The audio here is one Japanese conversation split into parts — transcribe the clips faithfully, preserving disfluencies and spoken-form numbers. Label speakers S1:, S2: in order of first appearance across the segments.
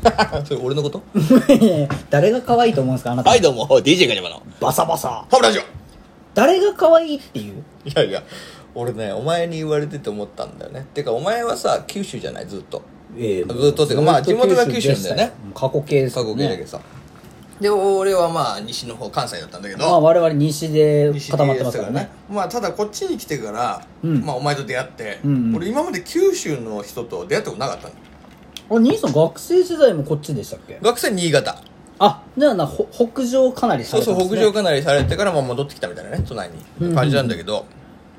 S1: それ俺のこと？
S2: 誰が可愛いと思うんですかあなた。
S1: はいどうも ディージェー ガニバの
S2: バサバサ
S1: ハブラジオ。
S2: 誰が可愛いっていう？
S1: いやいや俺ねお前に言われてて思ったんだよね。てかお前はさ九州じゃないずっと、
S2: えー、
S1: ずっとっていうかまあ地元が九州なんだよね。
S2: 過去形です
S1: 過
S2: ね。
S1: 去形だけどさ。で俺はまあ西の方関西だったんだけど、
S2: まあ我々西で固まってますからね。
S1: まあただこっちに来てから、うん、まあお前と出会って、
S2: うんうん、
S1: 俺今まで九州の人と出会ったことなかったの。
S2: あ、兄さん学生時代もこっちでしたっけ？
S1: 学生新潟。
S2: あ、じゃあな北上かなりされてますね。
S1: そうそう北上かなりされてからまあ戻ってきたみたいなね都内に感じなんだけど、うんうん、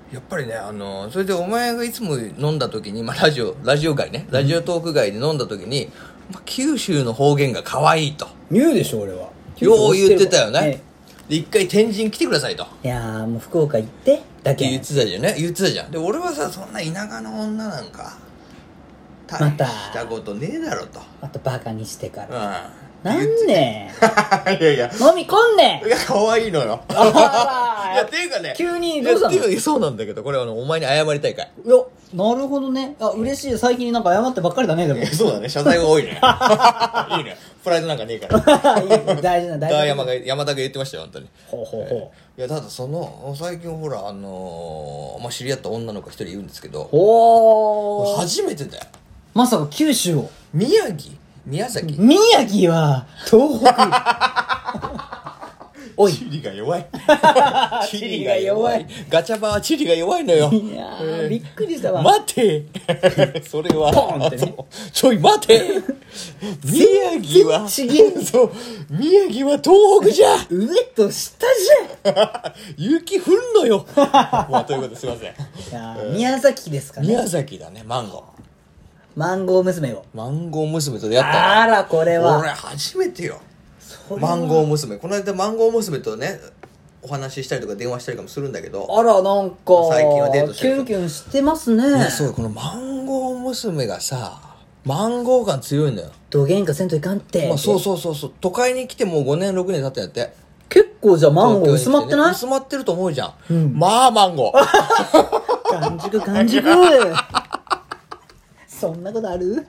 S1: やっぱりねあのそれでお前がいつも飲んだ時に、まあ、ラジオラジオ外ねラジオトーク外で飲んだ時に、まあ、九州の方言が可愛いと
S2: 言うでしょ俺は。
S1: よう言ってたよね、
S2: ね、
S1: で一回天神来てくださいと。
S2: いやーもう福岡行ってだけ
S1: 言ってたじゃんね言ってたじゃん。で俺はさそんな田舎の女なんか大したことねえだろと
S2: またバカにしてから、
S1: うん
S2: なんね
S1: いやいや
S2: 飲み込んね
S1: いや可愛いのよ
S2: あ
S1: いやっていうかね
S2: 急にどうしたの？
S1: っていうかそうなんだけどこれはあのお前に謝りたいかい。
S2: いやなるほどね。あ嬉しい最近なんか謝ってばっかりだねでも
S1: そうだね謝罪が多いねいいねプライドなんかねえから
S2: いいね大事な大事な
S1: 山が山田が言ってましたよ本当に。
S2: ほうほうほ
S1: ういやただその最近ほらあのー、まあ、知り合った女の子一人いるんですけど
S2: ほー
S1: 初めてだよ。
S2: まさか九州を
S1: 宮城宮崎
S2: 宮城は東北おい
S1: チリが弱い
S2: チリが弱い
S1: ガチャバはチリが弱いのよ。
S2: いやー、えー、びっくりしたわ。
S1: 待てそれは
S2: ポンってね
S1: ちょい待て宮城はそう宮城は東北じゃ
S2: 上と下じゃ
S1: 雪降んのよまあということですいません。い
S2: や、えー、宮崎ですかね。
S1: 宮崎だねマンゴー
S2: マンゴー娘を
S1: マンゴー娘と出会ったの。
S2: あらこれは
S1: 俺初めてよマンゴー娘。この間マンゴー娘とねお話ししたりとか電話したりかもするんだけど、
S2: あらなんか
S1: 最近はデートしてる
S2: キュンキュンしてますね。い
S1: やそうこのマンゴー娘がさマンゴー感強いんだよ。
S2: どげんかせんといかんって、
S1: まあ、そうそうそうそう都会に来てもうごねんろくねん経ったんやって。
S2: 結構じゃあマンゴー薄まってない？
S1: 薄まってると思うじゃん、
S2: うん、
S1: まあマンゴー
S2: 完熟完熟そんなことある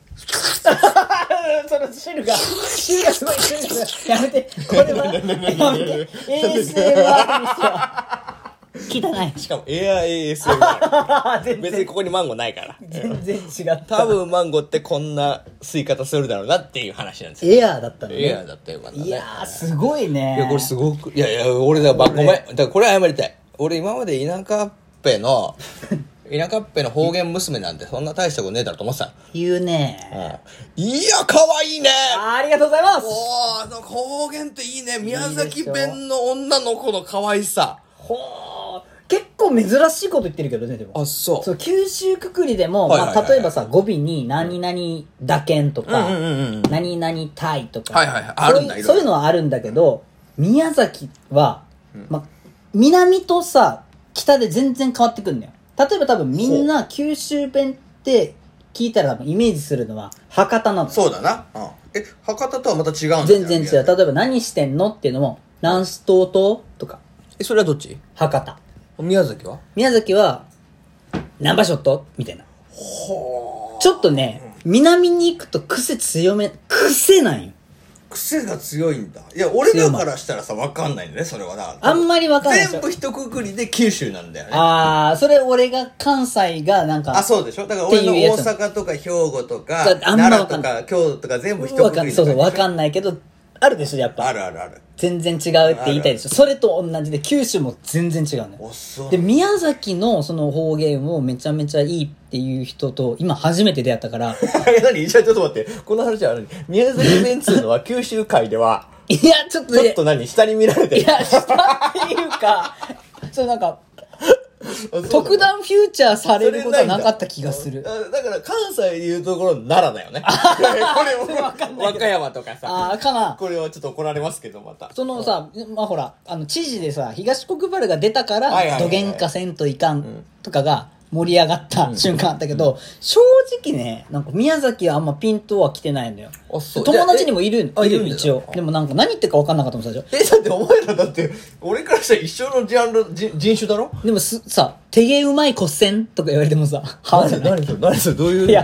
S2: その汁が汁がすごい汁がやめてこれはやめて エーエスエムアール にしては汚い。
S1: しかもエア エーエスエムアール 別にここにマンゴーないから
S2: 全然違った。
S1: 多分マンゴーってこんな吸い方するだろうなっていう話なんですよ。
S2: エアーだったのね。
S1: エアーだったよかったね。
S2: いやーすごいね。
S1: いやこれすごくいやいや俺だからごめんだからこれ謝りたい。俺今まで田舎っぺの田舎っぺの方言娘なんてそんな大したことねえだろと思ってた。
S2: 言うね、
S1: うん、いや可愛いね。
S2: あ, ありがとうございます。
S1: おー方言っていいね。宮崎弁の女の子の可愛さ。
S2: ほー結構珍しいこと言ってるけどねでも。
S1: あそう
S2: そう九州くくりでも、はいはいはいはいまあ、例えばさ語尾に何々だけんとか、うんうんうんうん、何々たいとか、
S1: はいはいはい、あるんだ
S2: そういうそういうのはあるんだけど宮崎は、うんまあ、南とさ北で全然変わってくるんだよ。例えば多分みんな九州弁って聞いたら多分イメージするのは博多なの。
S1: そうだな、うん、え博多とはまた違うんだよ。
S2: 全然違う。例えば何してんのっていうのも何しとうととか。
S1: えそれはどっち？
S2: 博多。
S1: 宮崎は
S2: 宮崎は何場所とみたいな。ほーちょっとね、うん、南に行くと癖強め癖なんよ。
S1: 癖が強いんだ。いや俺らからしたらさ分かんないんだねそれはな。
S2: あんまり分かんないでしょ。
S1: 全部一括りで九州なんだよね。
S2: ああそれ俺が関西がなんか
S1: あそうでしょ。だから俺の大阪とか兵庫とか奈良とか京都とか全部一括りで。
S2: そうそう分かんないけどあるでしょやっぱ。
S1: あるあるある。
S2: 全然違うって言いたいでしょ。それと同じで九州も全然違うね。で宮崎のその方言をめちゃめちゃいいっていう人と今初めて出会ったから
S1: 何じゃあちょっと待ってこの話は何宮崎弁っつうのは九州界ではい
S2: やちょっと
S1: ちょっと何下に見られてる。
S2: いや下っていうかそれなんか特段フューチャーされることはなかった気がする。
S1: だ, だから関西でいうところの奈良だよねこれも和歌山とかさ
S2: あかな。
S1: これはちょっと怒られますけどまた
S2: そのさ、まあほらあの知事でさ東国原が出たからどげんかせんといかんとかが盛り上がった瞬間あったけど、うん、正直ねなんか宮崎はあんまピントは来てないのよ。友達にもいるいる一応。でもなんか何言ってるか分かんなかったもん最初。
S1: えだってお前らだって俺からしたら一緒のジャンル人人種だろ。
S2: でもすさ手芸うまいこっせんとか言われてもさ
S1: 何それ何それ何それどういう
S2: いや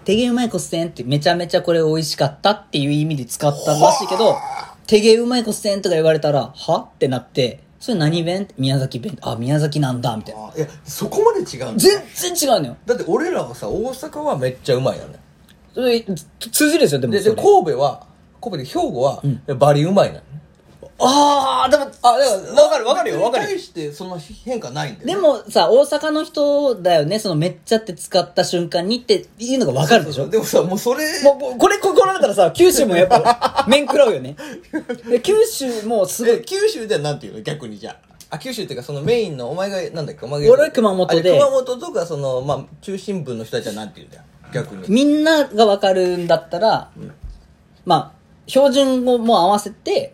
S2: 手芸うまいこっせんってめちゃめちゃこれ美味しかったっていう意味で使ったらしいけど、手芸うまいこっせんとか言われたら、はってなって、それ何弁宮崎弁。あ、宮崎なんだ、みたいな。
S1: いや、そこまで違うんだ。
S2: 全然違うのよ。
S1: だって俺らはさ、大阪はめっちゃうまいのね。
S2: それ、通じるですよ、でも
S1: で。で、神戸は、神戸で兵庫は、うん、バリうまいなの。
S2: ああ、でも、
S1: あ、だから、わかるわかるよ、わかるよ。に対してその変化ないんだよ、ね。
S2: でもさ、大阪の人だよね、そのめっちゃって使った瞬間にっていうのがわかるでしょ。
S1: そうそうそう。でもさ、もうそれ。
S2: もう、これ、ここだったらさ、九州もやっぱ、面食らうよね。で九州もすごい。
S1: 九州ではなんていうの逆にじゃあ。あ、九州っていうかそのメインの、お前が、なんだっけ、お前
S2: が。俺は熊本で。
S1: 熊本とかその、まあ、中心部の人たちはなんて言うんだよ。逆に。
S2: みんながわかるんだったら、うん、まあ、標準語も合わせて、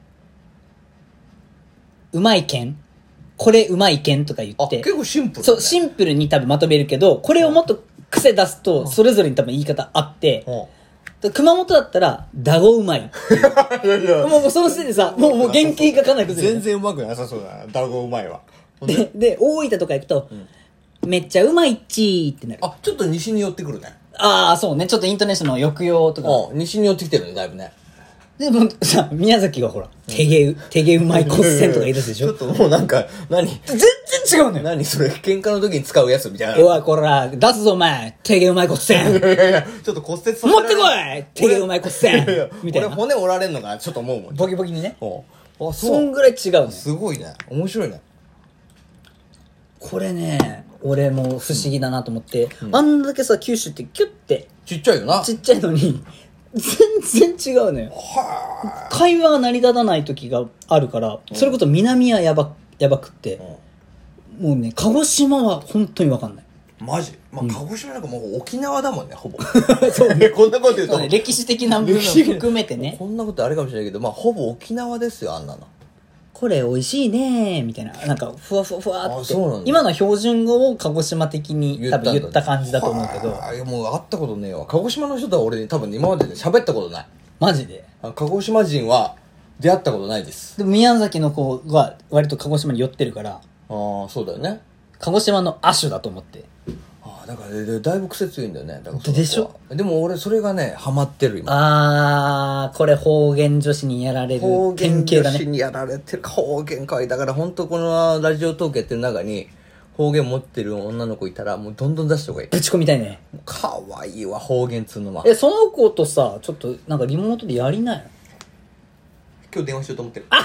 S2: うまいけんこれうまいけんとか言って。
S1: 結構シンプル、ね。
S2: そう、シンプルに多分まとめるけど、これをもっと癖出すと、それぞれに多分言い方あって、うん、熊本だったら、だごうまい。いやいやもうその時点でさ、もう、もう原型がかなり崩れる。
S1: 全然うまくなさそうだな、だごうまいは。
S2: で、で、大分とか行くと、うん、めっちゃうまいっちーってなる。
S1: あ、ちょっと西に寄ってくるね。
S2: ああ、そうね。ちょっとイントネーションの抑揚とか。
S1: うん、西に寄ってきてるね、だいぶね。
S2: でもさ、宮崎はほら、手芸、手芸うまいこっせんとか言い出すでしょ。
S1: ちょっともうなんか、何
S2: 全然違うのよ。
S1: 何それ、喧嘩の時に使うやつみたいな。
S2: おい、こら、出すぞお前、手芸うまいこっせん。
S1: いやいやいや、ちょっと骨折させ
S2: 持ってこい手芸うまいこっせん。みたいな。
S1: 俺骨折られんのかちょっと思うもん。
S2: ボキボキにね。
S1: あ、
S2: そそんぐらい違うね。
S1: すごいね。面白いね。
S2: これね、俺も不思議だなと思って、うん、あんだけさ、九州ってキュッて。
S1: ちっちゃいよな。
S2: ちっちゃいのに、全然違うのよ。会話が成り立たない時があるから、それこそ南はやば、やばくって、うん、もうね、鹿児島は本当にわかんない。
S1: マジ、まあ、鹿児島なんかもう沖縄だもんね、ほぼ。そうね、こんなこと言うと。
S2: ね、歴史的な部分含めてね。
S1: こんなことあれかもしれないけど、まあ、ほぼ沖縄ですよ、あんなの。
S2: これ美味しいねみたいな。なんか、ふわふわふわって。今の標準語を鹿児島的に多分言った感じだと思うけど。
S1: あ、いやもう会ったことねえわ。鹿児島の人とは俺多分今までで喋ったことない。
S2: マジで？
S1: 鹿児島人は出会ったことないです。
S2: でも宮崎の子が割と鹿児島に寄ってるから。あ
S1: あ、そうだよね。
S2: 鹿児島の亜種だと思って。
S1: ああ、だからだいぶ癖強いんだよね。だから
S2: でしょ？
S1: でも俺それがね、ハマってる今。
S2: あー、これ方言女子にやられる典型だね。
S1: 方言女子にやられてる。方言かい。だから本当このラジオトークやってる中に、方言持ってる女の子いたらもうどんどん出した方がいい。
S2: ぶち込みたいね。
S1: かわいいわ、方言つうのは。
S2: え、その子とさ、ちょっとなんかリモートでやりないの？
S1: 今日電話しようと思ってる。だ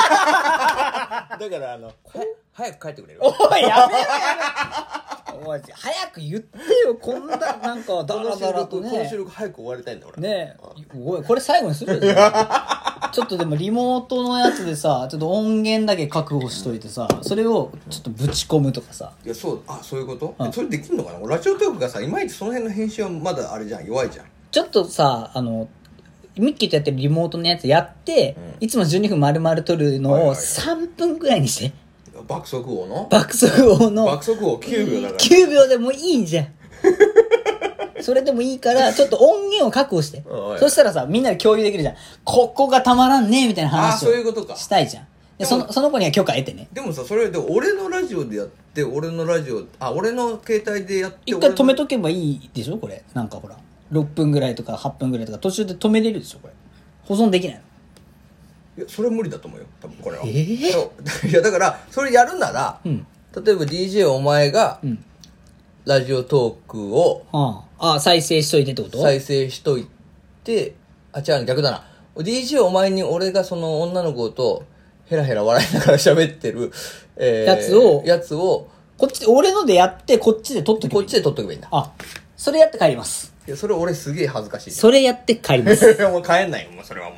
S1: からあの、早く帰ってくれる？
S2: おい、やめろやめろおい、早く言ってよ、こんな、なんか、だらだらとね。
S1: この収録早く終わりたいんだ、俺。
S2: ねえ。おい、これ最後にするよ。ちょっとでもリモートのやつでさ、ちょっと音源だけ確保しといてさ、それをちょっとぶち込むとかさ。
S1: いや、そう、あ、そういうこと、うん、それできんのかな？ラジオトークがさ、いまいちその辺の編集はまだあれじゃん、弱いじゃん。
S2: ちょっとさ、あの、ミッキーとやってるリモートのやつやって、うん、いつもじゅうにふん丸々撮るのをさんぷんくらいにして。
S1: 爆速王の
S2: 爆速王の。
S1: 爆速王きゅうびょうだから。
S2: きゅうびょうでもいいんじゃん。それでもいいから、ちょっと音源を確保して。そしたらさ、みんなで共有できるじゃん。ここがたまらんね、みたいな話をしたいじゃん。でその、その子には許可得てね。
S1: でもさ、それで俺のラジオでやって、俺のラジオ、あ、俺の携帯でやって。
S2: 一回止めとけばいいでしょこれ。なんかほら。ろっぷんぐらいとかはっぷんぐらいとか途中で止めれるでしょこれ。保存できないの？
S1: いや、それは無理だと思うよ、多分これは。
S2: えー、
S1: いや、だから、それやるなら、うん、例えば ディージェー お前が、うん、ラジオトークを、
S2: はあ、あ、再生しといてってこと？
S1: 再生しといて、あ、違う、逆だな。ディージェー お前に俺がその女の子と、ヘラヘラ笑いながら喋ってる、
S2: えー、やつを、
S1: やつを、
S2: こっちで、俺のでやって、こっちで撮っとけばいい。
S1: こっちで撮っとけばいいんだ。
S2: あ、それやって帰ります。
S1: いや、それ俺すげえ恥ずかしい。
S2: それやって帰ります。
S1: もう帰んないよ、もうそれはもう。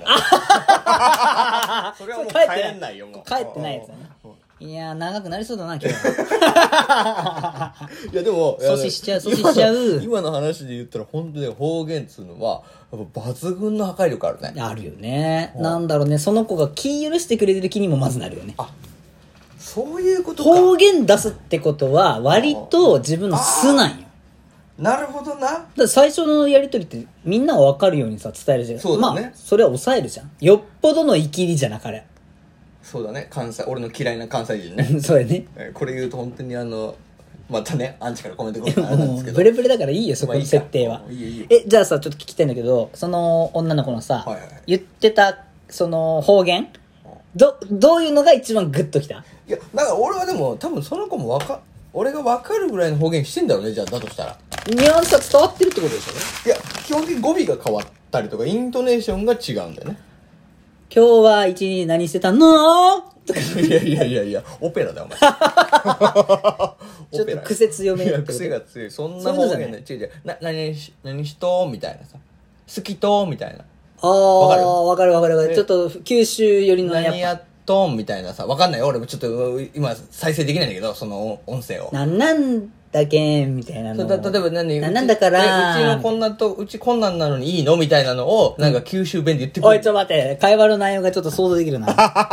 S1: それはもう帰んないよ、もう。
S2: 帰ってないやつだね。いやー、長くなりそうだな、今日。
S1: いや、でも、
S2: 阻止しちゃう、阻止しちゃう。
S1: 今の話で言ったら、本当に方言っつうのは、やっぱ抜群の破壊力あるね。
S2: あるよね。なんだろうね、その子が気許してくれてる気にもまずなるよね。
S1: あ、そういうことか。
S2: 方言出すってことは、割と自分の素なんよ。
S1: なるほどな。
S2: だ最初のやりとりってみんなが分かるようにさ伝えるじゃん。
S1: そうだね。
S2: まあそれは抑えるじゃん。よっぽどのイキリじゃなかれ。
S1: そうだね。関西、俺の嫌いな関西人ね。
S2: そうやね。
S1: これ言うと本当にあのまたねアンチからコメント来るのあれなんですけど、
S2: ブレブレだからいいよそこの設定は。
S1: まあいいかいいよいいよ
S2: えじゃあさちょっと聞きたいんだけど、その女の子のさ、
S1: はいはいはい
S2: 言ってたその方言、どどういうのが一番グッときた？
S1: いやだから俺はでも多分その子もわか俺が分かるぐらいの方言してんだろうね。じゃあだとしたら
S2: ニュアンスは伝わってるってことでしょ？
S1: いや基本的に語尾が変わったりとかイントネーションが違うんだよね。
S2: 今日は一日何してたのとか
S1: いやいやいやいやオペラだよお前
S2: ちょっと癖強め
S1: いや
S2: ってこと
S1: 癖が強い。そんな方言ね。違う違うな何し何しとみたいなさ、好きとみたいな、
S2: あ
S1: わかる
S2: あわかるわかるわかる。
S1: え
S2: ちょっと九州寄りのやっぱ
S1: 何やっとんみたいなさ、わかんないよ俺もちょっと今再生できないんだけどその音声を。
S2: なんなんだけんみたいなの。
S1: そうだ例えば何
S2: なんなんだから
S1: うちえうちのこんなとうちこんなんなのにいいのみたいなのをなんか九州弁で言ってくる。
S2: おいちょっと待って、会話の内容がちょっと想像できるな。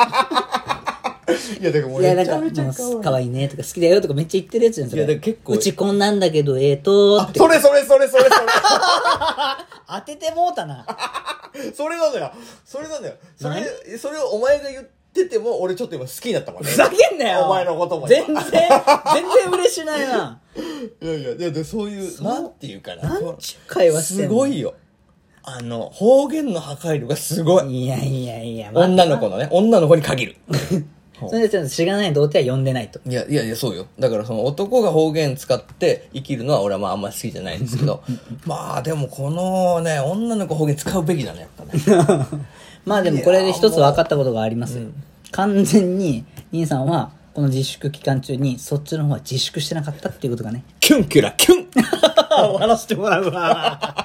S1: いやだからもう
S2: いやなんか
S1: めちゃめちゃ
S2: もう可愛いねとか好きだよとかめっちゃ言ってるやつじゃんそれ。
S1: いやだから結構
S2: うちこんなんだけどええとーって。
S1: それそれそれそれそれ
S2: 当ててもうたな。
S1: それなんだよそれなんだよそれそれをお前が言ってても俺ちょっと今好きになったもんね。
S2: ふざけんなよ
S1: お前のことも
S2: 全然全然嬉しないな。
S1: いやいやででそういうなんていうかな、
S2: なんちゅう会話してんの。
S1: すごいよ。あの方言の破壊力がすごい。
S2: いやいやいや、まあ
S1: 女の子のね女の子に限る
S2: それでちょっと知らない童貞は呼んでないと。
S1: いやいやいやそうよ。だからその男が方言使って生きるのは俺はまああんまり好きじゃないんですけどまあでもこのね女の子方言使うべきだねやっぱね
S2: まあでもこれで一つ分かったことがありますよ。完全に兄さんはこの自粛期間中にそっちの方は自粛してなかったっていうことがね。
S1: キュンキュラキュン
S2: お話してもらうわ。